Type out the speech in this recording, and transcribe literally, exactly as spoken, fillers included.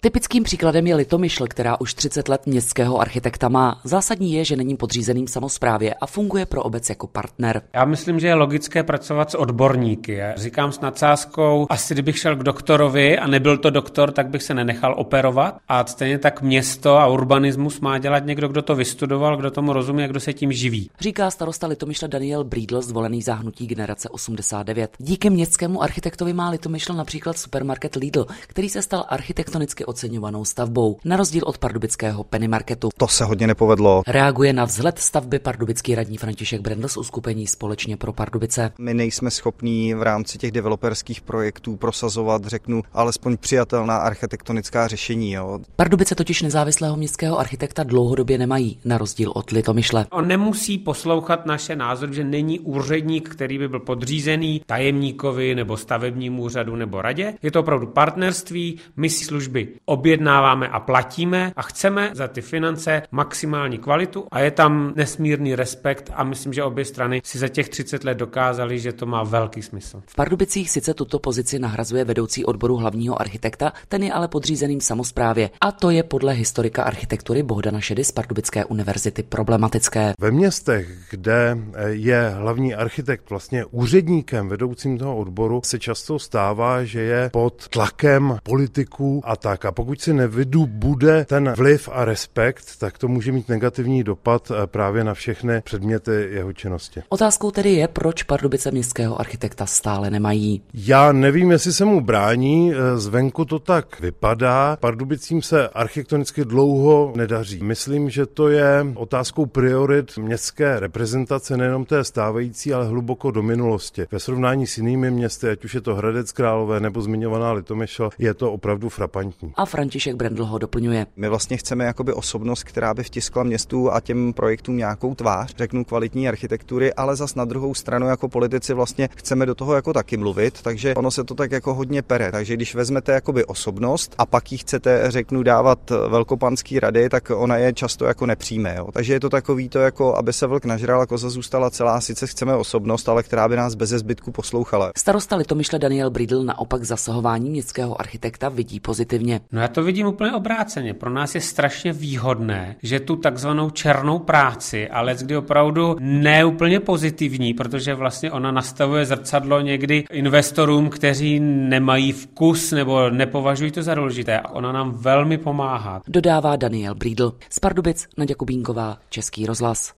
Typickým příkladem je Litomyšl, která už třicet let městského architekta má. Zásadní je, že není podřízeným samosprávě a funguje pro obec jako partner. Já myslím, že je logické pracovat s odborníky. Já říkám s nadsázkou, asi kdybych šel k doktorovi a nebyl to doktor, tak bych se nenechal operovat. A stejně tak město a urbanismus má dělat někdo, kdo to vystudoval, kdo tomu rozumí a kdo se tím živí. Říká starosta Litomyšle Daniel Brídl, zvolený za hnutí Generace osmdesát devět. Díky městskému architektovi má Litomyšl například supermarket Lidl, který se stal architektonicky oceňovanou stavbou, na rozdíl od pardubického Penny Marketu. To se hodně nepovedlo. Reaguje na vzhled stavby pardubický radní František Brendl z uskupení Společně pro Pardubice. My nejsme schopní v rámci těch developerských projektů prosazovat, řeknu, alespoň přijatelná architektonická řešení. Jo. Pardubice totiž nezávislého městského architekta dlouhodobě nemají, na rozdíl od Litomyšle. On nemusí poslouchat naše názory, že není úředník, který by byl podřízený tajemníkovi nebo stavebnímu úřadu nebo radě. Je to opravdu partnerství, my si služby objednáváme a platíme a chceme za ty finance maximální kvalitu a je tam nesmírný respekt a myslím, že obě strany si za těch třicet let dokázali, že to má velký smysl. V Pardubicích sice tuto pozici nahrazuje vedoucí odboru hlavního architekta, ten je ale podřízeným samosprávě a to je podle historika architektury Bohdana Šedy z Pardubické univerzity problematické. Ve městech, kde je hlavní architekt vlastně úředníkem vedoucím toho odboru, se často stává, že je pod tlakem politiků a tak. A pokud si nevydu bude ten vliv a respekt, tak to může mít negativní dopad právě na všechny předměty jeho činnosti. Otázkou tedy je, proč Pardubice městského architekta stále nemají. Já nevím, jestli se mu brání, zvenku to tak vypadá. Pardubicím se architektonicky dlouho nedaří. Myslím, že to je otázkou priorit městské reprezentace, nejenom té stávající, ale hluboko do minulosti. Ve srovnání s jinými městy, ať už je to Hradec Králové nebo zmiňovaná Litomyšl, je to opravdu frapantní. A František Brendl ho doplňuje. My vlastně chceme jakoby osobnost, která by vtiskla městu a těm projektům nějakou tvář, řeknu kvalitní architektury, ale zas na druhou stranu jako politici vlastně chceme do toho jako taky mluvit, takže ono se to tak jako hodně pere. Takže když vezmete jakoby osobnost a pak jí chcete, řeknu, dávat velkopanský rady, tak ona je často jako nepřijme. Jo. Takže je to takový to jako, aby se vlk nažral, koza zůstala celá. Sice chceme osobnost, ale která by nás beze zbytku poslouchala. Starosta Litomyšle Daniel Brídl naopak zasahování městského architekta vidí pozitivně. No já to vidím úplně obráceně. Pro nás je strašně výhodné, že tu takzvanou černou práci, ale kdy opravdu neúplně pozitivní, protože vlastně ona nastavuje zrcadlo někdy investorům, kteří nemají vkus nebo nepovažují to za důležité. A ona nám velmi pomáhá. Dodává Daniel Brídl. Z Pardubic Naďa Kubínková, Český rozhlas.